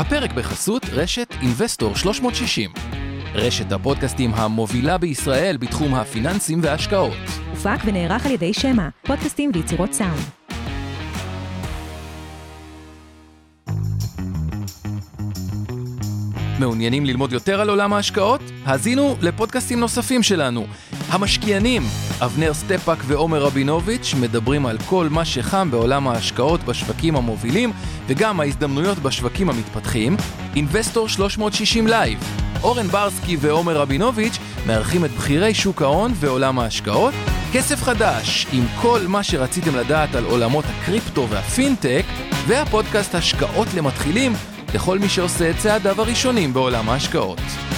הפרק בחסות רשת אינבסטור 360. רשת הפודקאסטים המובילה בישראל בתחום הפיננסים וההשקעות. הופק ונערך על ידי שמה, פודקאסטים ויצירות סאונד. מעוניינים ללמוד יותר על עולם ההשקעות? האזינו לפודקאסטים נוספים שלנו. המשקיענים, אבנר סטפאק ועומר רבינוביץ' מדברים על כל מה שחם בעולם ההשקעות בשווקים המובילים וגם ההזדמנויות בשווקים המתפתחים. אינבסטור 360 לייב. אורן ברסקי ועומר רבינוביץ' מארחים את בחירי שוק ההון ועולם ההשקעות. כסף חדש עם כל מה שרציתם לדעת על עולמות הקריפטו והפינטק, והפודקאסט השקעות למתחילים לכל מי שעושה את צעדיו הראשונים בעולם ההשקעות.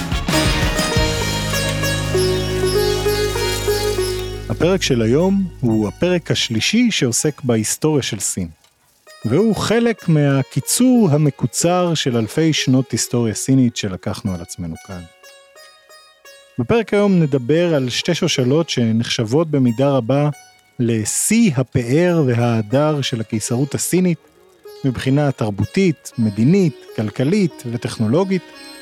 הפרק של היום הוא הפרק השלישי שעוסק בהיסטוריה של סין, והוא חלק מהקיצור המקוצר של אלפי שנות היסטוריה סינית שלקחנו על עצמנו כאן. בפרק היום נדבר על שתי שושלות שנחשבות במידה רבה לשיא הפאר וההדר של הקיסרות הסינית, מבחינה תרבותית, מדינית, כלכלית וטכנולוגית.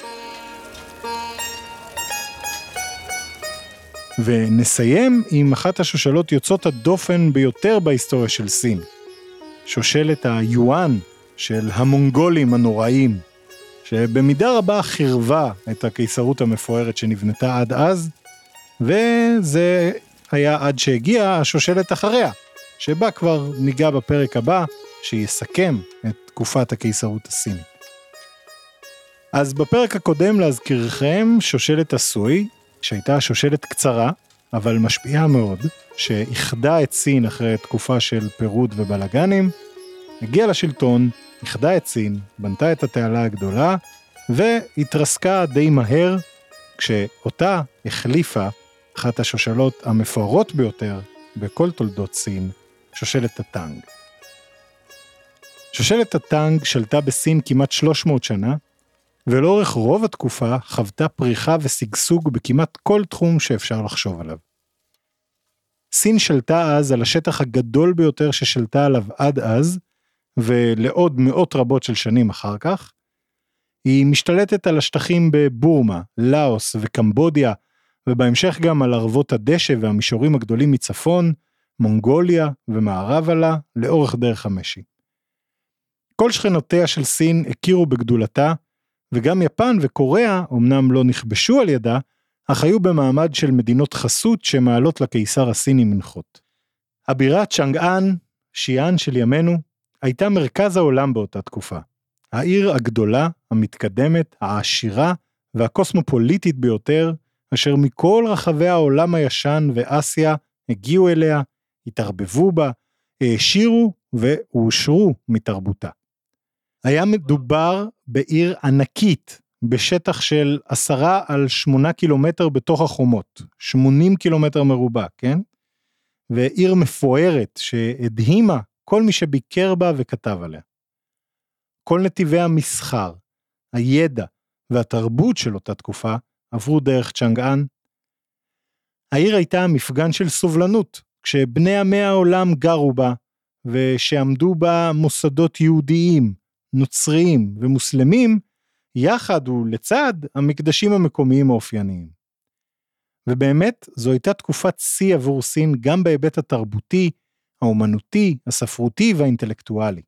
ונסיים עם אחת השושלות יוצאות הדופן ביותר בהיסטוריה של סין. שושלת היואן של המונגולים הנוראים, שבמידה רבה חירבה את הקיסרות המפוארת שנבנתה עד אז, וזה היה עד שהגיעה השושלת אחריה, שבה כבר ניגע בפרק הבא, שיסכם את תקופת הקיסרות הסינית. אז בפרק הקודם להזכירכם, שושלת הסוי, שהייתה שושלת קצרה, אבל משפיעה מאוד, שאיחדה את סין אחרי תקופה של פירוד ובלגנים, הגיעה לשלטון, איחדה את סין, בנתה את התעלה הגדולה, והתרסקה די מהר, כשאותה החליפה אחת השושלות המפוארות ביותר בכל תולדות סין, שושלת הטנג. שושלת הטנג שלטה בסין כמעט 300 שנה, ולאורך רוב התקופה חוותה פריחה וסגסוג בכמעט כל תחום שאפשר לחשוב עליו. סין שלטה אז על השטח הגדול ביותר ששלטה עליו עד אז, ולעוד מאות רבות של שנים אחר כך. היא משתלטת על השטחים בבורמה, לאוס וקמבודיה, ובהמשך גם על ערבות הדשא והמישורים הגדולים מצפון, מונגוליה ומערבה לה, לאורך דרך המשי. כל שכנותיה של סין הכירו בגדולתה, וגם יפן וקוריאה, אמנם לא נכבשו על ידה, אך היו במעמד של מדינות חסות שמעלות לקיסר הסיני מנחות. הבירה צ'אנגאן, שיאן של ימינו, הייתה מרכז העולם באותה תקופה. העיר הגדולה, המתקדמת, העשירה והקוסמופוליטית ביותר, אשר מכל רחבי העולם הישן ואסיה הגיעו אליה, התערבבו בה, העשירו ואושרו מתרבותה. היה מדובר בעיר ענקית, בשטח של 10 על 8 קילומטר בתוך החומות, 80 קילומטר מרובע, כן? ועיר מפוארת שהדהימה כל מי שביקר בה וכתב עליה. כל נתיבי המסחר, הידע והתרבות של אותה תקופה עברו דרך צ'אנגאן. העיר הייתה מפגן של סובלנות, כשבני עמי העולם גרו בה, ושעמדו בה מוסדות יהודיים, נוצריים ומוסלמים, יחד ולצד המקדשים המקומיים האופייניים. ובאמת זו הייתה תקופת שיא עבור סין גם בהיבט התרבותי, האומנותי, הספרותי והאינטלקטואלי.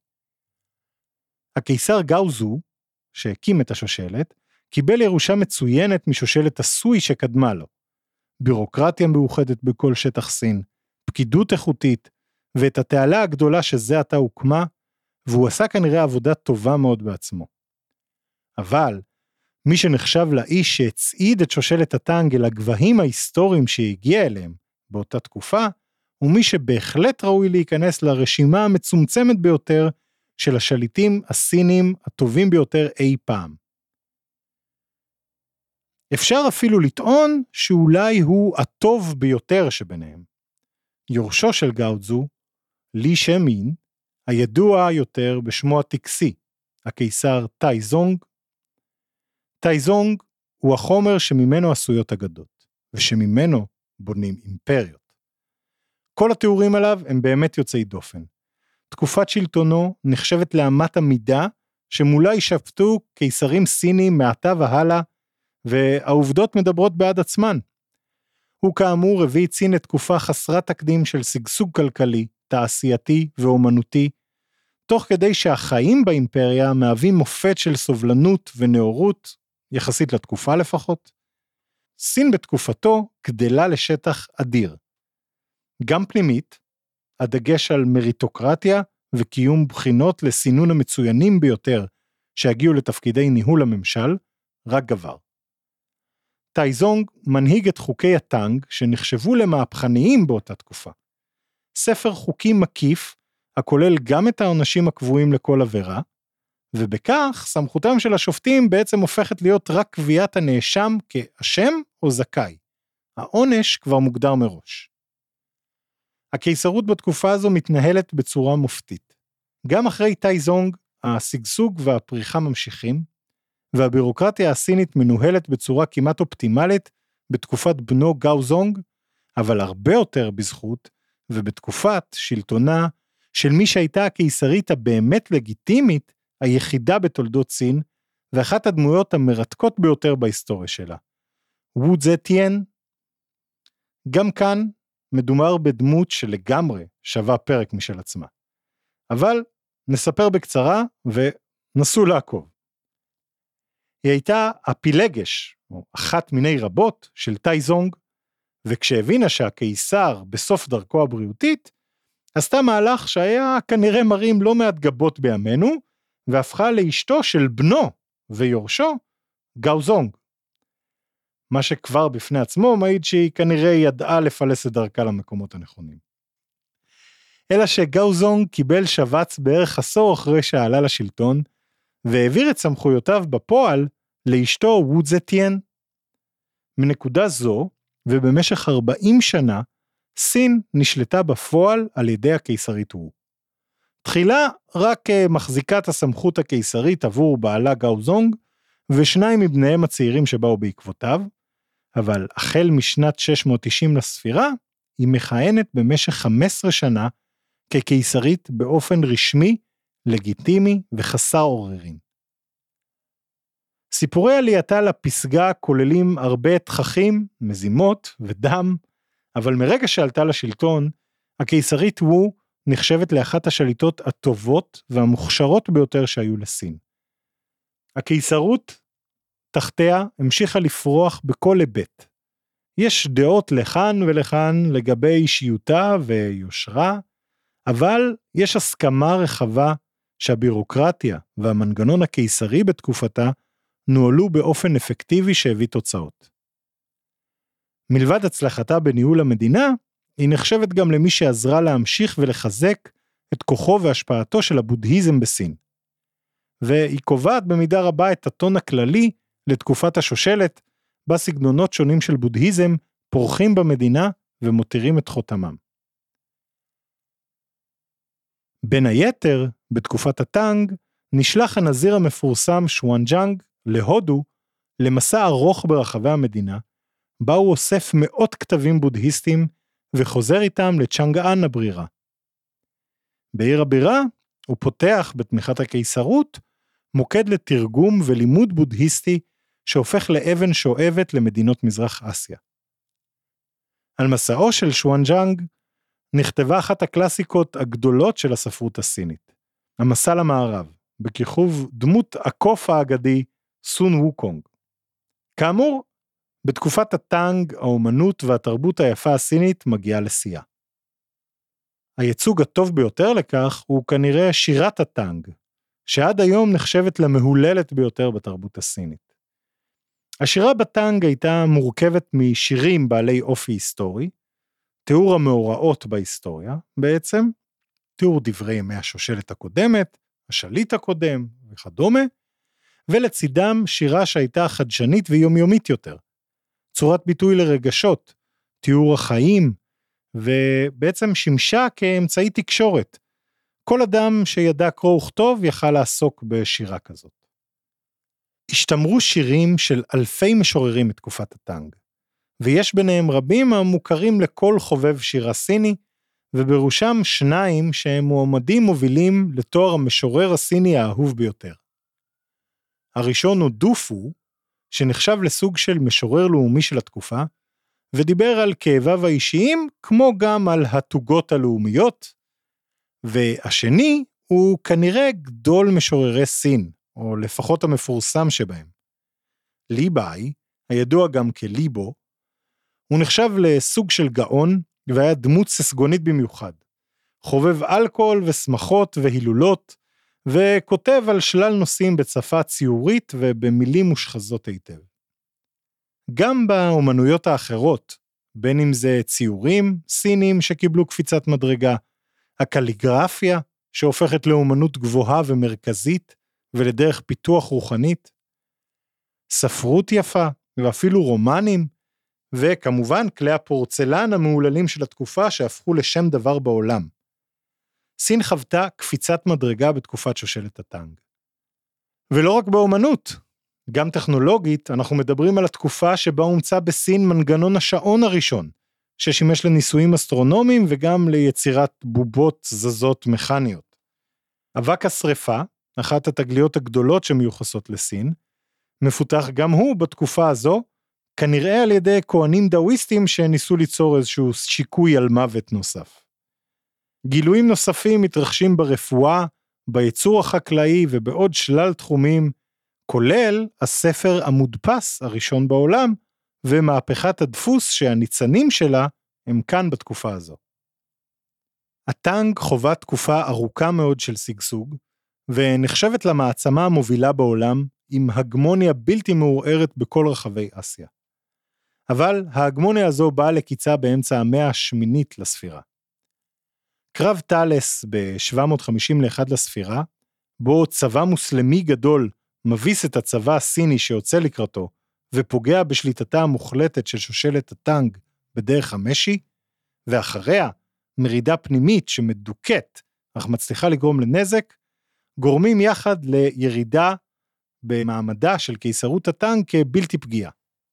הקיסר גאוזו, שהקים את השושלת, קיבל ירושה מצוינת משושלת הסוי שקדמה לו. בירוקרטיה מאוחדת בכל שטח סין, פקידות איכותית, ואת התעלה הגדולה שזה עתה הוקמה, והוא עשה כנראה עבודה טובה מאוד בעצמו. אבל, מי שנחשב לאיש שהצעיד את שושלת הטנג אל הגבהים ההיסטוריים שהגיע אליהם באותה תקופה, הוא מי שבהחלט ראוי להיכנס לרשימה המצומצמת ביותר של השליטים הסינים הטובים ביותר אי פעם. אפשר אפילו לטעון שאולי הוא הטוב ביותר שביניהם. יורשו של גאוזו, לי שמין, הידוע יותר בשמו הטקסי, הקיסר טייזונג. טייזונג הוא החומר שממנו עשויות אגדות, ושממנו בונים אימפריות. כל התיאורים עליו הם באמת יוצאי דופן. תקופת שלטונו נחשבת לאמת המידה שמולה יישפטו קיסרים סינים מעתה והלאה, והעובדות מדברות בעד עצמן. הוא כאמור הביא את סין לתקופה חסרת תקדים של שגשוג כלכלי, תעשייתי ואומנותי, תוך כדי שהחיים באימפריה מהווים מופת של סובלנות ונאורות, יחסית לתקופה לפחות. סין בתקופתו גדלה לשטח אדיר. גם פנימית, הדגש על מריטוקרטיה וקיום בחינות לסינון המצוינים ביותר שהגיעו לתפקידי ניהול הממשל, רק גבר. טייזונג מנהיג את חוקי הטנג שנחשבו למהפכניים באותה תקופה. ספר חוקים מקיף, הכולל גם את העונשים הקבועים לכל עבירה, ובכך סמכותם של השופטים בעצם הופכת להיות רק קביעת הנאשם כאשם או זכאי. העונש כבר מוגדר מראש. הקיסרות בתקופה הזו מתנהלת בצורה מופתית. גם אחרי טייזונג, השגשוג והפריחה ממשיכים, והבירוקרטיה הסינית מנוהלת בצורה כמעט אופטימלית בתקופת בנו גאוזונג, אבל הרבה יותר בזכות, ובתקופת שלטונה של מי שהייתה הקיסרית הבאמת לגיטימית, היחידה בתולדות סין, ואחת הדמויות המרתקות ביותר בהיסטוריה שלה. וו זטיאן. גם כאן מדובר בדמות שלגמרי שווה פרק משל עצמה. אבל נספר בקצרה ונסו לעקוב. היא הייתה הפילגש, או אחת מיני רבות של טייזונג, וכשהבינה שהקיסר בסוף דרכו הבריאותית, עשתה מהלך שהיה כנראה מרים לא מעט גבות בימינו, והפכה לאשתו של בנו ויורשו גאוזונג. מה שכבר בפני עצמו מעיד שהיא כנראה ידעה לפלס את דרכה למקומות הנכונים. אלא שגאוזונג קיבל שבץ בערך עשור אחרי שעלה לשלטון, והעביר את סמכויותיו בפועל לאשתו וו זטיאן. מנקודה זו, ובמשך 40 שנה, סין נשלטה בפועל על ידי הקיסרית וו. תחילה רק מחזיקת הסמכות הקיסרית עבור בעלה גאוזונג, ושניים מבניהם הצעירים שבאו בעקבותיו, אבל החל משנת 690 לספירה, היא מכהנת במשך 15 שנה כקיסרית באופן רשמי, לגיטימי וחסר עוררין. סיפורי עלייתה לפסגה כוללים הרבה תככים, מזימות ודם, אבל מרגע שעלתה לשלטון, הקיסרית וו נחשבת לאחת השליטות הטובות והמוכשרות ביותר שהיו לסין. הקיסרות תחתיה המשיכה לפרוח בכל היבט. יש דעות לכאן ולכאן לגבי אישיותה ויושרה, אבל יש הסכמה רחבה שהבירוקרטיה והמנגנון הקיסרי בתקופתה נוהלו באופן אפקטיבי שהביא תוצאות. מלבד הצלחתה בניהול המדינה, היא נחשבת גם למי שעזרה להמשיך ולחזק את כוחו והשפעתו של הבודהיזם בסין. והיא קובעת במידה רבה את הטון הכללי לתקופת השושלת, בה סגנונות שונים של בודהיזם פורחים במדינה ומותירים את חותמם. בין היתר, בתקופת הטנג, נשלח הנזיר המפורסם שוואנג'אנג להודו למסע ארוך ברחבי המדינה, בה הוא אוסף מאות כתבים בודהיסטיים וחוזר איתם לצ'אנגאן הברירה. בעיר הבירה הוא פותח בתמיכת הקיסרות מוקד לתרגום ולימוד בודהיסטי שהופך לאבן שואבת למדינות מזרח אסיה. על מסעו של שוואנג'אנג נכתבה אחת הקלאסיקות הגדולות של הספרות הסינית, המסע למערב, בכיכוב דמות הקוף האגדי סון ווקונג. כאמור, בתקופת הטנג, האומנות והתרבות היפה הסינית מגיעה לשיאה. הייצוג הטוב ביותר לכך הוא כנראה שירת הטנג, שעד היום נחשבת למהוללת ביותר בתרבות הסינית. השירה בטנג הייתה מורכבת משירים בעלי אופי היסטורי, תיאור המאורעות בהיסטוריה בעצם, תיאור דברי ימי השושלת הקודמת, השליט הקודם וכדומה, ולצידם שירה שהייתה חדשנית ויומיומית יותר, צורת ביטוי לרגשות, תיאור החיים, ובעצם שימשה כאמצעי תקשורת. כל אדם שידע קרוא וכתוב יכל לעסוק בשירה כזאת. השתמרו שירים של אלפי משוררים בתקופת הטנג, ויש ביניהם רבים המוכרים לכל חובב שירה סיני, ובראשם שניים שהם מועמדים מובילים לתואר המשורר הסיני האהוב ביותר. הראשון הוא דופו, שנחשב לסוג של משורר לאומי של התקופה, ודיבר על כאביו האישיים, כמו גם על התוגות הלאומיות, והשני הוא כנראה גדול משוררי סין, או לפחות המפורסם שבהם. לי ביי, הידוע גם כליבו, הוא נחשב לסוג של גאון, והיה דמות ססגונית במיוחד. חובב אלכוהול ושמחות והילולות, וכותב על שלל נושאים בשפה ציורית ובמילים מושחזות היטב. גם באומנויות האחרות, בין אם זה ציורים סינים שקיבלו קפיצת מדרגה, הקליגרפיה שהופכת לאומנות גבוהה ומרכזית ולדרך פיתוח רוחנית, ספרות יפה ואפילו רומנים, וכמובן כלי הפורצלן המעוללים של התקופה שהפכו לשם דבר בעולם. סין חוותה קפיצת מדרגה בתקופת שושלת הטנג. ולא רק באומנות, גם טכנולוגית אנחנו מדברים על התקופה שבה הומצא בסין מנגנון השעון הראשון, ששימש לניסויים אסטרונומיים וגם ליצירת בובות זזות מכניות. אבק השריפה, אחת התגליות הגדולות שמיוחסות לסין, מפותח גם הוא בתקופה הזו, כנראה על ידי כהנים דאוויסטים שניסו ליצור איזשהו שיקוי על מוות נוסף. גילויים נוספים מתרחשים ברפואה, בייצור החקלאי ובעוד שלל תחומים, כולל הספר המודפס הראשון בעולם, ומהפכת הדפוס שהניצנים שלה הם כאן בתקופה הזו. הטנג חובה תקופה ארוכה מאוד של שגשוג, ונחשבת למעצמה המובילה בעולם, עם הגמוניה בלתי מעורערת בכל רחבי אסיה. אבל ההגמוניה הזו באה לקיצה באמצע המאה השמינית לספירה. קרב טלס ב-751 לספירה, בו צבא מוסלמי גדול מביס את הצבא הסיני שיוצא לקראתו, ופוגע בשליטתה המוחלטת של שושלת הטנג בדרך המשי, ואחריה מרידה פנימית שמדוקת, אך מצליחה לגרום לנזק, גורמים יחד לירידה במעמדה של קיסרות הטנג כבלתי פגיעה.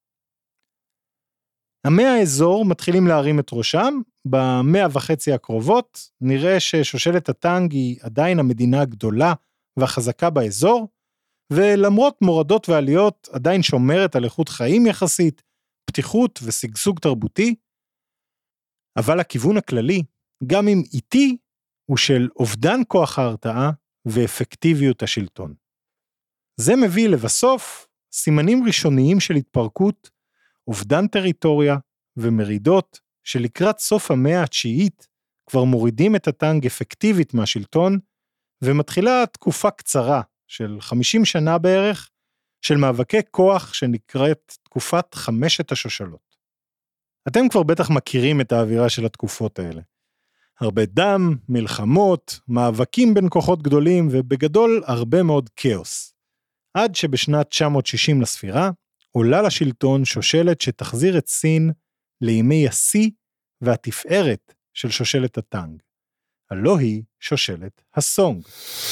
עמי האזור מתחילים להרים את ראשם, ב100 הקרובות נראה ששושלת הטנג היא עדיין המדינה הגדולה והחזקה באזור, ולמרות מורדות ועליות עדיין שומרת על איכות חיים יחסית, פתיחות ושגשוג תרבותי, אבל הכיוון הכללי, גם אם איטי, הוא של אובדן כוח ההרתעה ואפקטיביות השלטון. זה מביא לבסוף סימנים ראשוניים של התפרקות, אובדן טריטוריה ומרידות שלקראת סוף המאה התשיעית כבר מורידים את הטנג אפקטיבית מהשלטון, ומתחילה תקופה קצרה של 50 שנה בערך של מאבקי כוח שנקראת תקופת 5 השושלות. אתם כבר בטח מכירים את האווירה של התקופות האלה. הרבה דם, מלחמות, מאבקים בין כוחות גדולים ובגדול הרבה מאוד כאוס. עד שבשנת 960 לספירה עולה לשלטון שושלת שתחזיר את סין לימי השיא והתפארת של שושלת הטנג. הלא היא שושלת הסונג.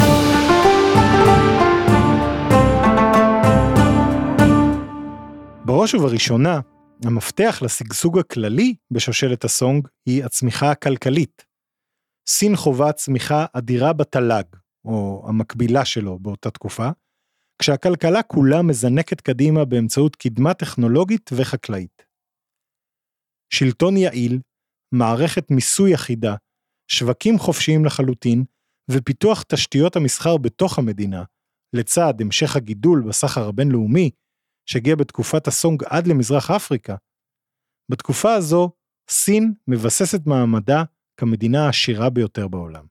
בראש ובראשונה, המפתח לשגשוג הכללי בשושלת הסונג היא הצמיחה הכלכלית. סין חובה צמיחה אדירה בתל"ג, או המקבילה שלו באותה תקופה, כשהכלכלה כולה מזנקת קדימה באמצעות קדמה טכנולוגית וחקלאית. שלטון יעיל, מערכת מיסוי אחידה, שווקים חופשיים לחלוטין, ופיתוח תשתיות המסחר בתוך המדינה, לצד המשך הגידול בסחר הבינלאומי, שהגיע בתקופת הסונג עד למזרח אפריקה. בתקופה הזו, סין מבססת מעמדה כמדינה העשירה ביותר בעולם.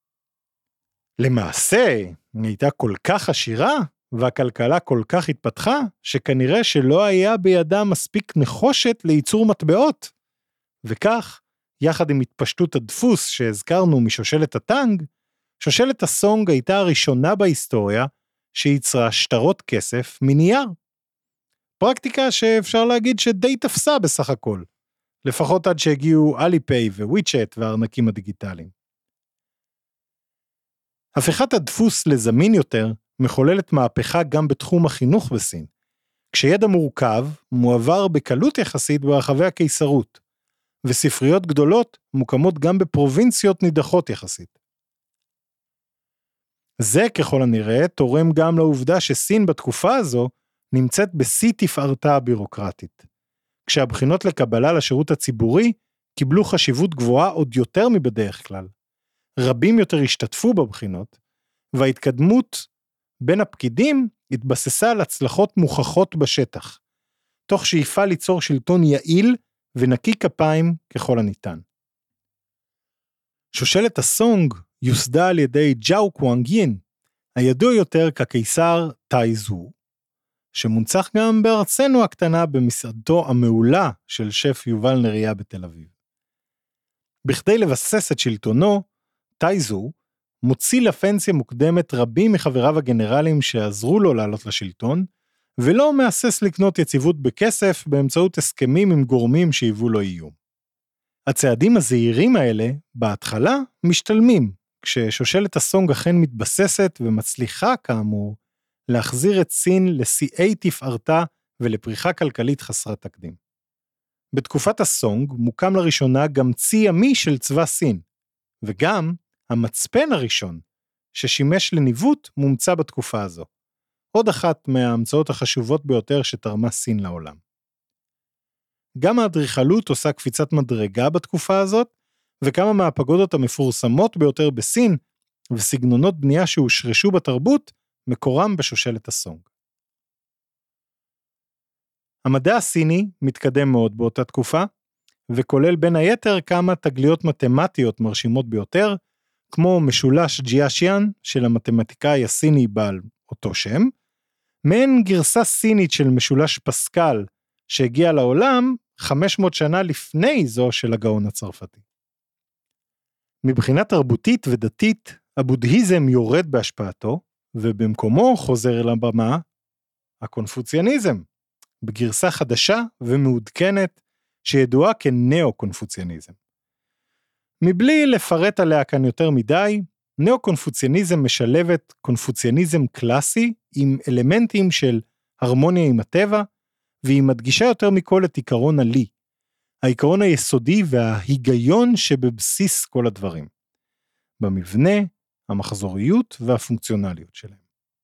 למעשה, היא הייתה כל כך עשירה, והכלכלה כל כך התפתחה, שכנראה שלא היה בידה מספיק נחושת לייצור מטבעות. וכך, יחד עם התפשטות הדפוס שהזכרנו משושלת הטנג, שושלת הסונג הייתה הראשונה בהיסטוריה שייצרה שטרות כסף מנייר. פרקטיקה שאפשר להגיד שדי תפסה בסך הכל, לפחות עד שהגיעו אליפיי וויצ'ט והארנקים הדיגיטליים. הפיכת הדפוס לזמין יותר מחוללת מהפכה גם בתחום החינוך בסין, כשידע מורכב מועבר בקלות יחסית ברחבי הקיסרות, וספריות גדולות מוקמות גם בפרובינציות נידחות יחסית. זה ככל הנראה תורם גם לעובדה שסין בתקופה הזו נמצאת בשיא תפארתה הבירוקרטית. כשהבחינות לקבלה לשירות הציבורי קיבלו חשיבות גבוהה עוד יותר מבדרך כלל. רבים יותר השתתפו בבחינות, וההתקדמות בין הפקידים התבססה על הצלחות מוכחות בשטח, תוך שאיפה ליצור שלטון יעיל ונקי כפיים ככל הניתן. שושלת הסונג יוסדה על ידי ג'או קוואנג-יין, הידוע יותר כקיסר טאי-זו, שמונצח גם בארצנו הקטנה במסעדתו המעולה של שף יובל נריה בתל אביב. בכדי לבסס את שלטונו, טאי-זו מוציא לפנסיה מוקדמת רבים מחבריו הגנרלים שעזרו לו לעלות לשלטון, ולא מאסס לקנות יציבות בכסף באמצעות הסכמים עם גורמים שהיוו לו איום. הצעדים הזהירים האלה, בהתחלה, משתלמים, כששושלת הסונג אכן מתבססת ומצליחה כאמור, להחזיר את סין לשיאי תפארתה ולפריחה כלכלית חסרת תקדים. בתקופת הסונג מוקם לראשונה גם צי ימי של צבא סין, וגם המצפן הראשון ששימש לניווט מומצא בתקופה הזו. עוד אחת מההמצאות החשובות ביותר שתרמה סין לעולם. גם האדריכלות עושה קפיצת מדרגה בתקופה הזאת, וכמה מהפגודות המפורסמות ביותר בסין, וסגנונות בנייה שהושרשו בתרבות, מקורם בשושלת הסונג. המדע הסיני מתקדם מאוד באותה תקופה, וכולל בין היתר כמה תגליות מתמטיות מרשימות ביותר, כמו משולש ג'יאשיאן של המתמטיקאי הסיני בעל אותו שם, מעין גרסה סינית של משולש פסקל, שהגיע לעולם 500 שנה לפני זו של הגאון הצרפתי. מבחינה תרבותית ודתית, הבודהיזם יורד בהשפעתו, ובמקומו חוזר אל הבמה הקונפוציאניזם, בגרסה חדשה ומעודכנת, שידועה כנאו-קונפוציאניזם. מבלי לפרט עליה כאן יותר מדי, נאו-קונפוציאניזם משלבת קונפוציאניזם קלאסי עם אלמנטים של הרמוניה עם הטבע, והיא מדגישה יותר מכל את עיקרון הלי, העיקרון היסודי וההיגיון שבבסיס כל הדברים, במבנה, המחזוריות והפונקציונליות שלהם.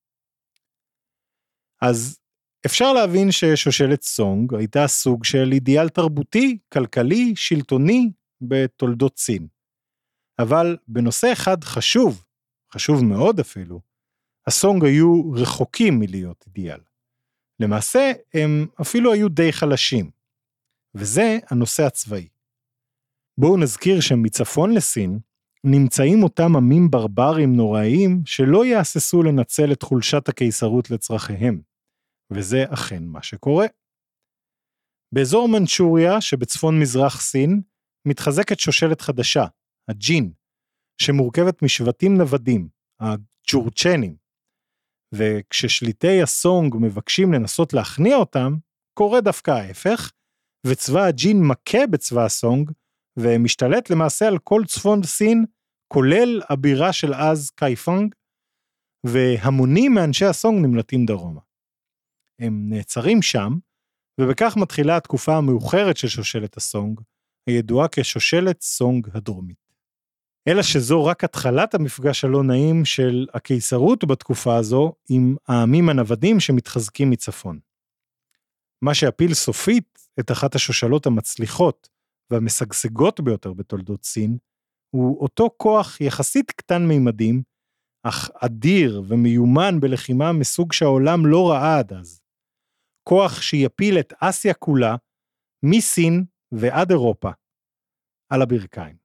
אז אפשר להבין ששושלת סונג הייתה סוג של אידיאל תרבותי, כלכלי, שלטוני בתולדות סין. אבל בנושא אחד חשוב מאוד אפילו, הסונג היו רחוקים מלהיות אידיאל. למעשה הם אפילו היו די חלשים, וזה הנושא הצבאי. בואו נזכיר שמצפון לסין נמצאים אותם עמים ברברים נוראיים שלא יאססו לנצל את חולשת הקיסרות לצרכיהם, וזה אכן מה שקורה. באזור מנצ'וריה שבצפון מזרח סין מתחזקת שושלת חדשה, הג'ין, שמורכבת משבטים נוודים, הג'ורצ'נים, וכששליטי הסונג מבקשים לנסות להכניע אותם, קורה דווקא ההפך, וצבא הג'ין מכה בצבא הסונג, ומשתלט למעשה על כל צפון סין, כולל הבירה של אז קייפנג, והמונים מאנשי הסונג נמלטים דרומה. הם נעצרים שם, ובכך מתחילה התקופה המאוחרת של שושלת הסונג, הידועה כשושלת סונג הדרומית. אלא שזו רק התחלת המפגש הלא נעים של הקיסרות בתקופה הזו, עם העמים הנוודים שמתחזקים מצפון. מה שהפיל סופית את אחת השושלות המצליחות, והמשגשגות ביותר בתולדות סין, הוא אותו כוח יחסית קטן מימדים, אך אדיר ומיומן בלחימה מסוג שהעולם לא ראה עד אז. כוח שיפיל את אסיה כולה, מסין ועד אירופה, על הברכיים.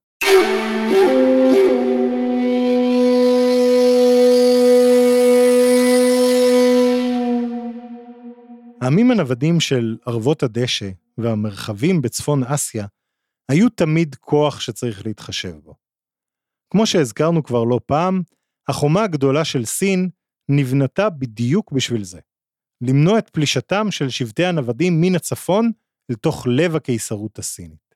העמים הנוודים של ערבות הדשא והמרחבים בצפון אסיה, היו תמיד כוח שצריך להתחשב בו. כמו שהזכרנו כבר לא פעם, החומה הגדולה של סין נבנתה בדיוק בשביל זה. למנוע את פלישתם של שבטי הנוודים מן הצפון לתוך לב הקיסרות הסינית.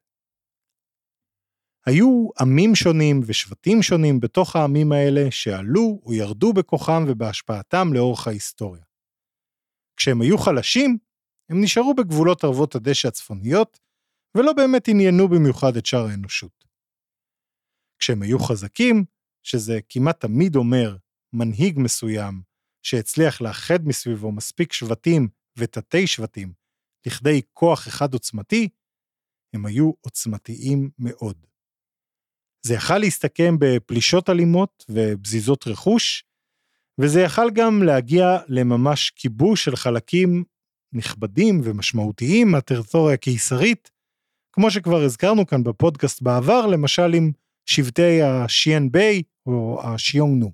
היו עמים שונים ושבטים שונים בתוך העמים האלה שעלו או ירדו בכוחם ובהשפעתם לאורך ההיסטוריה. כשהם היו חלשים, הם נשארו בגבולות ערבות הדשא הצפוניות, ולא באמת עניינו במיוחד את שאר האנושות. כשהם היו חזקים, שזה כמעט תמיד אומר מנהיג מסוים שהצליח לאחד מסביבו מספיק שבטים ותתי שבטים לכדי כוח אחד עוצמתי, הם היו עוצמתיים מאוד. זה יכל להסתכם בפלישות אלימות ובזיזות רכוש, וזה יכל גם להגיע לממש כיבוש של חלקים נכבדים ומשמעותיים מהטריטוריה הקיסרית, כמו שכבר הזכרנו כאן בפודקאסט בעבר, למשל עם שבטי השיאן ביי או השיונגנו.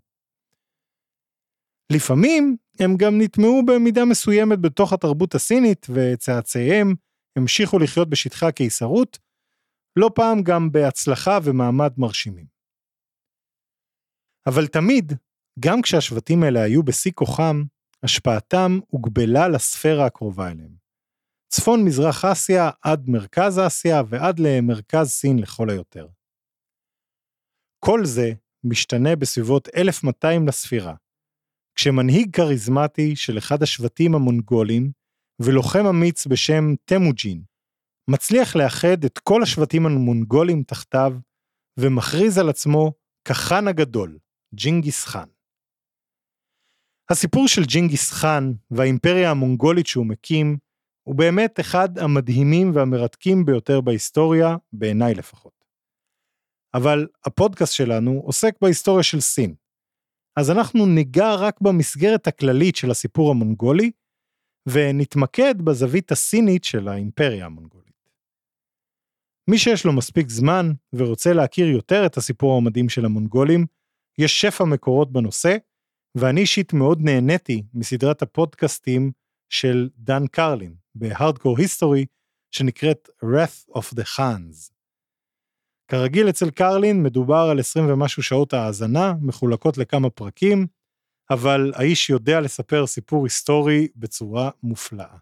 לפעמים הם גם נטמעו במידה מסוימת בתוך התרבות הסינית, וצאצאיהם המשיכו לחיות בשטחי הקיסרות, לא פעם גם בהצלחה ומעמד מרשימים. אבל תמיד, גם כשהשבטים האלה היו בשיא כוחם, השפעתם הוגבלה לספירה הקרובה אליהם. צפון מזרח אסיה עד מרכז אסיה ועד למרכז סין לכל היותר. כל זה משתנה בסביבות 1200 לספירה, כשמנהיג קריזמטי של אחד השבטים המונגולים ולוחם אמיץ בשם תמוג'ין, מצליח לאחד את כל השבטים המונגולים תחתיו ומכריז על עצמו כחן הגדול, ג'ינגיס חאן. הסיפור של ג'ינגיס חאן והאימפריה המונגולית שהוא מקים הוא באמת אחד המדהימים והמרתקים ביותר בהיסטוריה, בעיניי לפחות. אבל הפודקאסט שלנו עוסק בהיסטוריה של סין, אז אנחנו ניגע רק במסגרת הכללית של הסיפור המונגולי, ונתמקד בזווית הסינית של האימפריה המונגולית. מי שיש לו מספיק זמן ורוצה להכיר יותר את הסיפור המדהים של המונגולים, יש שפע מקורות בנושא, ואני אישית מאוד נהניתי מסדרת הפודקאסטים של דן קרלין, בהארדקור היסטורי, שנקראת Wrath of the Khans. כרגיל אצל קרלין מדובר על 20 ומשהו שעות האזנה, מחולקות לכמה פרקים, אבל האיש יודע לספר סיפור היסטורי בצורה מופלאה.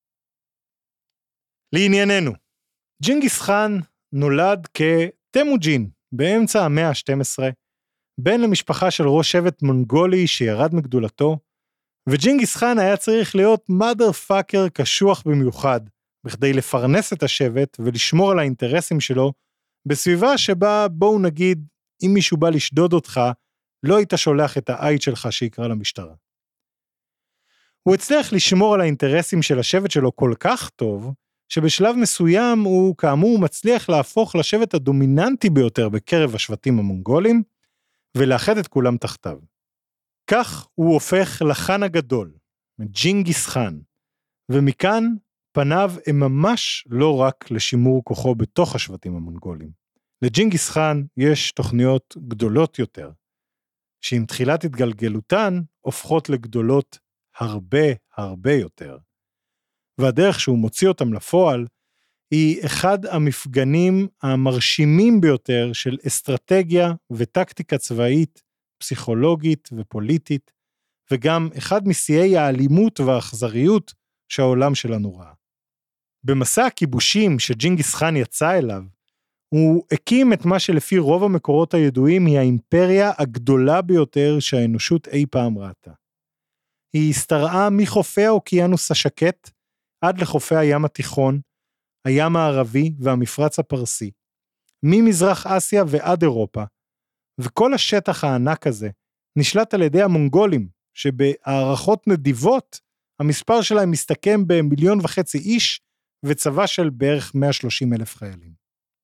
לענייננו, ג'ינגיס חאן נולד כתמוג'ין באמצע המאה ה-12, בן למשפחה של ראש שבט מונגולי שירד מגדולתו, וג'ינגיס חאן היה צריך להיות motherfucker קשוח במיוחד, בכדי לפרנס את השבט ולשמור על האינטרסים שלו, בסביבה שבה בואו נגיד, אם מישהו בא לשדוד אותך, לא היית שולח את העית שלך שיקרא למשטרה. הוא הצליח לשמור על האינטרסים של השבט שלו כל כך טוב, שבשלב מסוים הוא כאמור מצליח להפוך לשבט הדומיננטי ביותר בקרב השבטים המונגולים, ולאחד את כולם תחתיו. כך הוא הופך לחאן הגדול, ג'ינגיס חאן, ומכאן פניו הם ממש לא רק לשימור כוחו בתוך השבטים המונגולים. לג'ינגיס חאן יש תוכניות גדולות יותר, שעם תחילת התגלגלותן הופכות לגדולות הרבה יותר. והדרך שהוא מוציא אותם לפועל, היא אחד המפגנים המרשימים ביותר של אסטרטגיה וטקטיקה צבאית, פסיכולוגית ופוליטית, וגם אחד משיאי האלימות והאכזריות שהעולם שלנו ראה. במסע הכיבושים שג'ינגיס חאן יצא אליו, הוא הקים את מה שלפי רוב המקורות הידועים היא האימפריה הגדולה ביותר שהאנושות אי פעם ראתה. היא הסתרעה מחופי האוקיינוס השקט עד לחופי הים התיכון, הים הערבי והמפרץ הפרסי, ממזרח אסיה ועד אירופה, וכל השטח הענק הזה נשלט על ידי המונגולים, שבהערכות נדיבות המספר שלהם מסתכם ב1.5 מיליון איש, וצבא של בערך 130,000 חיילים.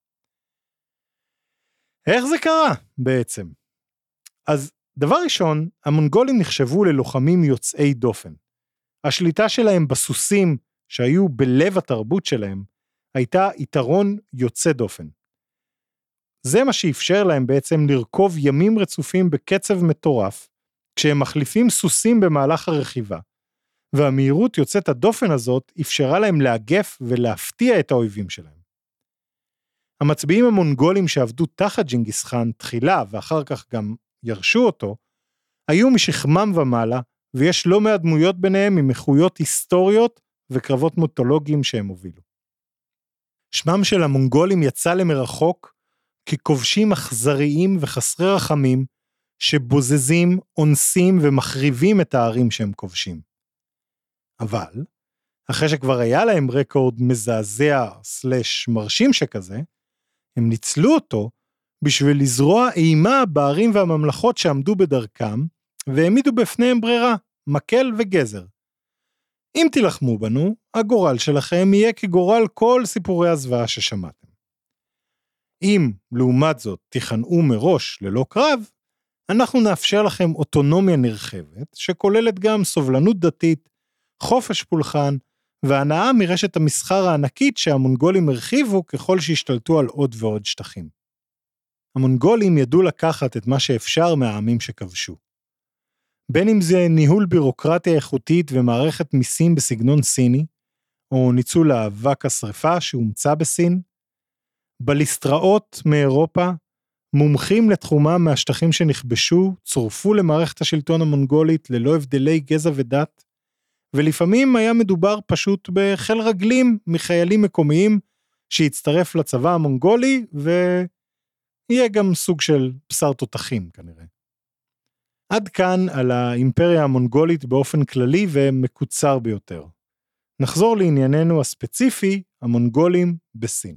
איך זה קרה בעצם? אז דבר ראשון, המונגולים נחשבו ללוחמים יוצאי דופן. השליטה שלהם בסוסים שהיו בלב התרבות שלהם, הייתה יתרון יוצא דופן. זה מה שאפשר להם בעצם לרכוב ימים רצופים בקצב מטורף, כשהם מחליפים סוסים במהלך הרכיבה, והמהירות יוצאת הדופן הזאת אפשרה להם לאגף ולהפתיע את האויבים שלהם. המצביעים המונגולים שעבדו תחת ג'ינגיס חאן תחילה ואחר כך גם ירשו אותו, היו משכמם ומעלה, ויש לא מעט דמויות ביניהם עם איכויות היסטוריות וקרבות מוטולוגיים שהם הובילו. שמם של המונגולים יצא למרחוק ככובשים אכזריים וחסרי רחמים, שבוזזים, אונסים ומחריבים את הערים שהם כובשים. אבל, אחרי שכבר היה להם רקורד מזעזע / מרשים שכזה, הם ניצלו אותו בשביל לזרוע אימה בערים והממלכות שעמדו בדרכם, והעמידו בפניהם ברירה, מקל וגזר. אם תילחמו בנו, הגורל שלכם יהיה כגורל כל סיפורי הזוועה ששמעתם. אם, לעומת זאת, תיכנעו מראש ללא קרב, אנחנו נאפשר לכם אוטונומיה נרחבת, שכוללת גם סובלנות דתית, חופש פולחן, והנאה מרשת המסחר הענקית שהמונגולים הרחיבו ככל שהשתלטו על עוד ועוד שטחים. המונגולים ידעו לקחת את מה שאפשר מהעמים שכבשו. בין אם זה ניהול בירוקרטיה איכותית ומערכת מיסים בסגנון סיני, או ניצול האבק השרפה שהומצא בסין, בליסטראות מאירופה, מומחים לתחומם מהשטחים שנכבשו, צורפו למערכת השלטון המונגולית ללא הבדלי גזע ודת, ולפעמים היה מדובר פשוט בחיל רגלים מחיילים מקומיים שהצטרף לצבא המונגולי, ויהיה גם סוג של בשר תותחים כנראה. עד כאן על האימפריה המונגולית באופן כללי ומקוצר ביותר. נחזור לענייננו הספציפי, המונגולים בסין.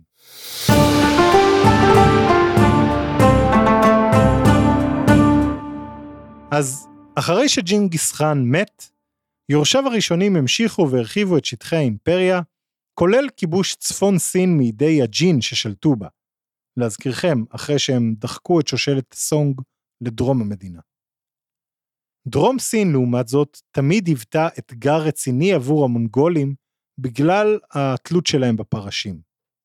אז אחרי שג'ינגיס חאן מת, יורשיו הראשונים המשיכו והרחיבו את שטחי האימפריה, כולל כיבוש צפון סין מידי הג'ין ששלטו בה. להזכירכם, אחרי שהם דחקו את שושלת סונג לדרום המדינה. דרום סין, לעומת זאת, תמיד היוותה אתגר רציני עבור המונגולים, בגלל התלות שלהם בפרשים.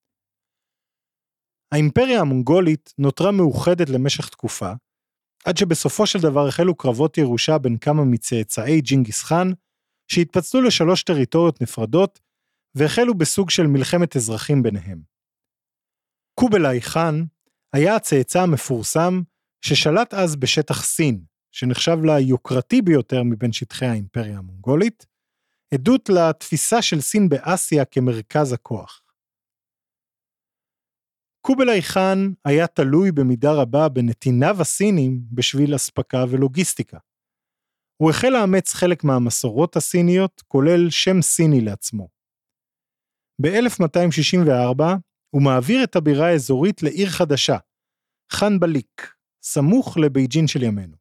האימפריה המונגולית נותרה מאוחדת למשך תקופה, עד שבסופו של דבר החלו קרבות ירושה בין כמה מצאצאי ג'ינגיס חאן, שהתפצלו לשלוש טריטוריות נפרדות, והחלו בסוג של מלחמת אזרחים ביניהם. קובלאי חאן היה הצאצא המפורסם ששלט אז בשטח סין, שנחשב ליוקרתי ביותר מבין שטחי האימפריה המונגולית, עדות לתפיסה של סין באסיה כמרכז הכוח. קובלאי חאן היה תלוי במידה רבה בנתיניו הסינים בשביל אספקה ולוגיסטיקה. הוא החל לאמץ חלק מהמסורות הסיניות, כולל שם סיני לעצמו. ב-1264 הוא מעביר את הבירה האזורית לעיר חדשה, חאן בליק, סמוך לבייג'ין של ימינו.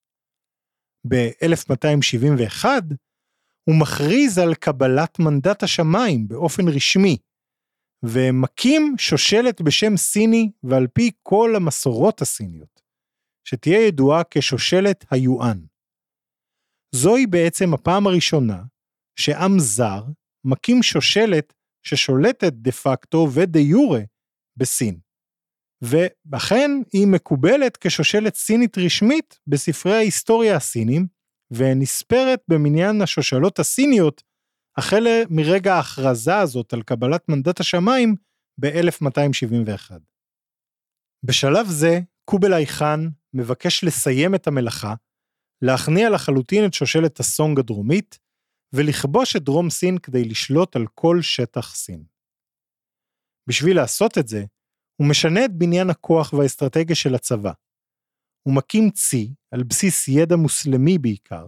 ב-1271 הוא מכריז על קבלת מנדט השמיים באופן רשמי, ומקים שושלת בשם סיני ועל פי כל המסורות הסיניות, שתהיה ידועה כשושלת היואן. זוהי בעצם הפעם הראשונה שעם זר מקים שושלת ששולטת דה פקטו ודה יורה בסין. ואכן היא מקובלת כשושלת סינית רשמית בספרי ההיסטוריה הסינים, ונספרת במניין השושלות הסיניות, החל מרגע ההכרזה הזאת על קבלת מנדט השמיים ב-1271. בשלב זה, קובלאי חאן מבקש לסיים את המלאכה, להכניע לחלוטין את שושלת הסונג הדרומית, ולכבוש את דרום סין כדי לשלוט על כל שטח סין. בשביל לעשות את זה, הוא משנה את בניין הכוח והאסטרטגיה של הצבא. הוא מקים צי על בסיס ידע מוסלמי בעיקר,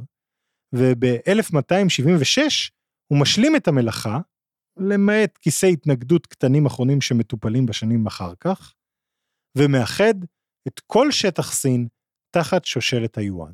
וב-1276 הוא משלים את המלאכה, למעט כיסי התנגדות קטנים אחרונים שמטופלים בשנים אחר כך, ומאחד את כל שטח סין תחת שושלת היואן.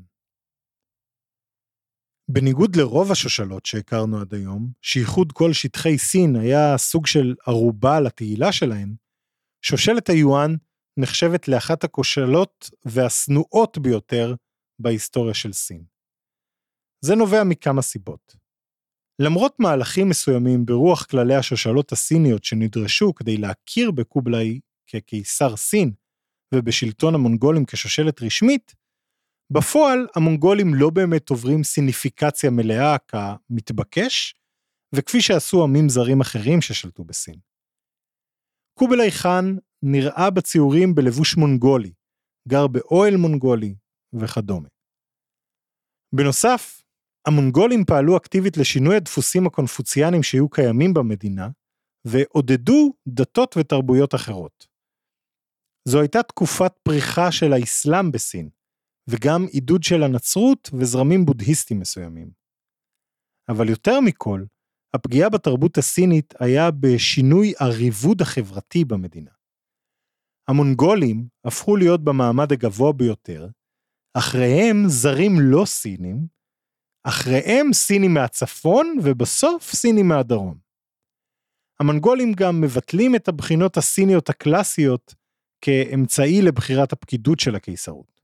בניגוד לרוב השושלות שהכרנו עד היום, שייחוד כל שטחי סין היה סוג של ערובה לתהילה שלהן, שושלת היואן נחשבת לאחת הכושלות והסנועות ביותר בהיסטוריה של סין. זה נובע מכמה סיבות. למרות מהלכים מסוימים ברוח כללי השושלות הסיניות שנדרשו כדי להכיר בקובלאי כקיסר סין ובשלטון המונגולים כשושלת רשמית, בפועל המונגולים לא באמת עוברים סיניפיקציה מלאה כמתבקש, וכפי שעשו עמים זרים אחרים ששלטו בסין. קובלאי חאן נראה בציורים בלבוש מונגולי, גר באוהל מונגולי וכדומה. בנוסף, המונגולים פעלו אקטיבית לשינוי הדפוסים הקונפוציאנים שהיו קיימים במדינה, ועודדו דתות ותרבויות אחרות. זו הייתה תקופת פריחה של האסלאם בסין, וגם עידוד של הנצרות וזרמים בודהיסטיים מסוימים. אבל יותר מכל, הפגיעה בתרבות הסינית היה בשינוי הריבוד החברתי במדינה. המונגולים הפכו להיות במעמד הגבוה ביותר, אחריהם זרים לא סינים, אחריהם סינים מהצפון, ובסוף סינים מהדרום. המונגולים גם מבטלים את הבחינות הסיניות הקלאסיות, כאמצעי לבחירת הפקידות של הקיסרות.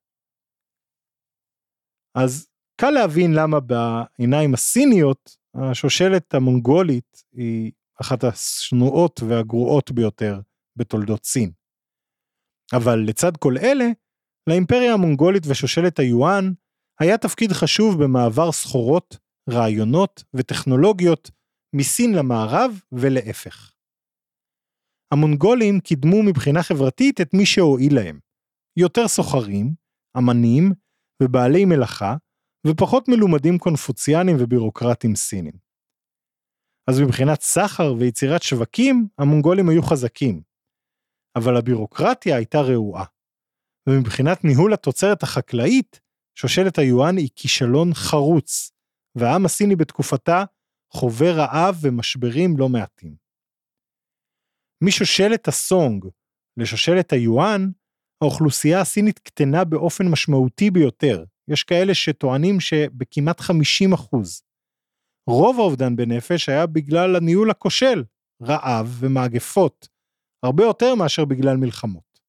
אז קל להבין למה בעיניים הסיניות, השושלת המונגולית היא אחת השנואות והגרועות ביותר בתולדות סין. אבל לצד כל אלה, לאימפריה המונגולית ושושלת היואן, היה תפקיד חשוב במעבר סחורות, רעיונות וטכנולוגיות מסין למערב ולהפך. המונגולים קידמו מבחינה חברתית את מי שהועיל להם, יותר סוחרים, אמנים ובעלי מלאכה, ופחות מלומדים קונפוציאנים ובירוקרטים סינים. אז מבחינת סחר ויצירת שווקים, המונגולים היו חזקים, אבל הבירוקרטיה הייתה רעועה, ומבחינת ניהול התוצרת החקלאית, שושלת היואן היא כישלון חרוץ, והעם הסיני בתקופתה חווה רעב ומשברים לא מעטים. משושלת הסונג לשושלת היואן, האוכלוסייה הסינית קטנה באופן משמעותי ביותר. יש כאלה שטוענים שבכמעט 50%. רוב האובדן בנפש היה בגלל הניהול הכושל, רעב ומאגפות, הרבה יותר מאשר בגלל מלחמות.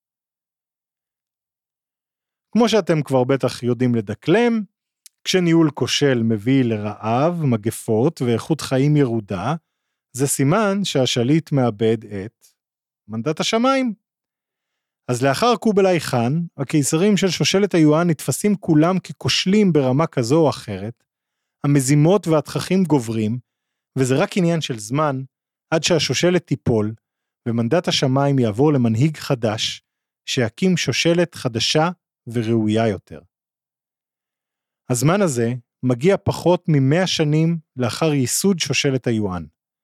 כמו שאתם כבר בטח יודעים לדקלם, כשניהול כושל מביא לרעב, מגפות ואיכות חיים ירודה, זה סימן שהשליט מאבד את מנדט השמיים. אז לאחר קובלאי חאן, הקיסרים של שושלת היואן נתפסים כולם ככושלים ברמה כזו או אחרת, המזימות והתככים גוברים, וזה רק עניין של זמן, עד שהשושלת תיפול, ומנדט השמיים יעבור למנהיג חדש, שיקים שושלת חדשה וראויה יותר. הזמן הזה מגיע פחות מ100 שנים לאחר ייסוד שושלת היואן.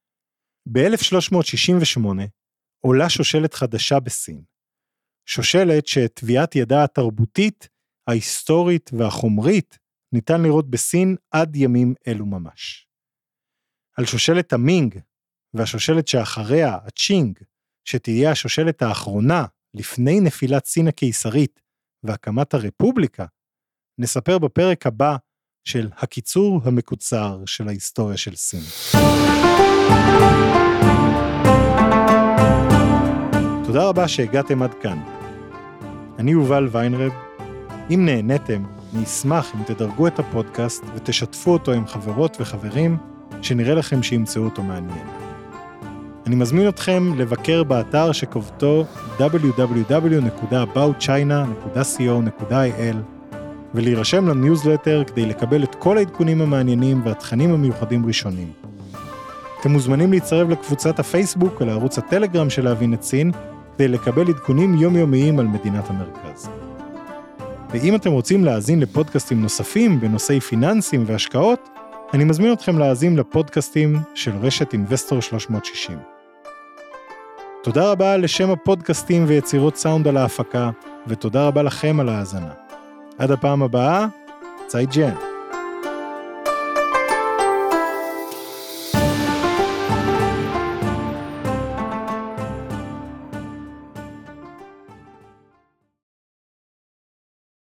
ב-1368 עולה שושלת חדשה בסין. שושלת שטביעת ידה התרבותית, ההיסטורית והחומרית ניתן לראות בסין עד ימים אלו ממש. על שושלת המינג והשושלת שאחריה, הצ'ינג, שתהיה השושלת האחרונה לפני נפילת סין הקיסרית והקמת הרפובליקה, נספר בפרק הבא של הקיצור המקוצר של ההיסטוריה של סין. תודה רבה שהגעתם עד כאן. אני יובל ויינרב. אם נהניתם, אני אשמח אם תדרגו את הפודקאסט ותשתפו אותו עם חברות וחברים שנראה לכם שימצאו אותו מעניין. אני מזמין אתכם לבקר באתר שכתובתו www.aboutchina.co.il ולהירשם לניוזלטר כדי לקבל את כל העדכונים המעניינים והתכנים המיוחדים ראשונים. אתם מוזמנים להצטרף לקבוצת הפייסבוק ולערוץ הטלגרם של להבין את סין כדי לקבל עדכונים יומיומיים על מדינת המרכז. ואם אתם רוצים להאזין לפודקאסטים נוספים בנושאי פיננסים והשקעות, אני מזמין אתכם להאזין לפודקאסטים של רשת אינבסטור 360. תודה רבה לשם הפודקאסטים ויצירות סאונד על ההפקה, ותודה רבה לכם על ההאזנה. עד הפעם הבאה, צאי ג'ן.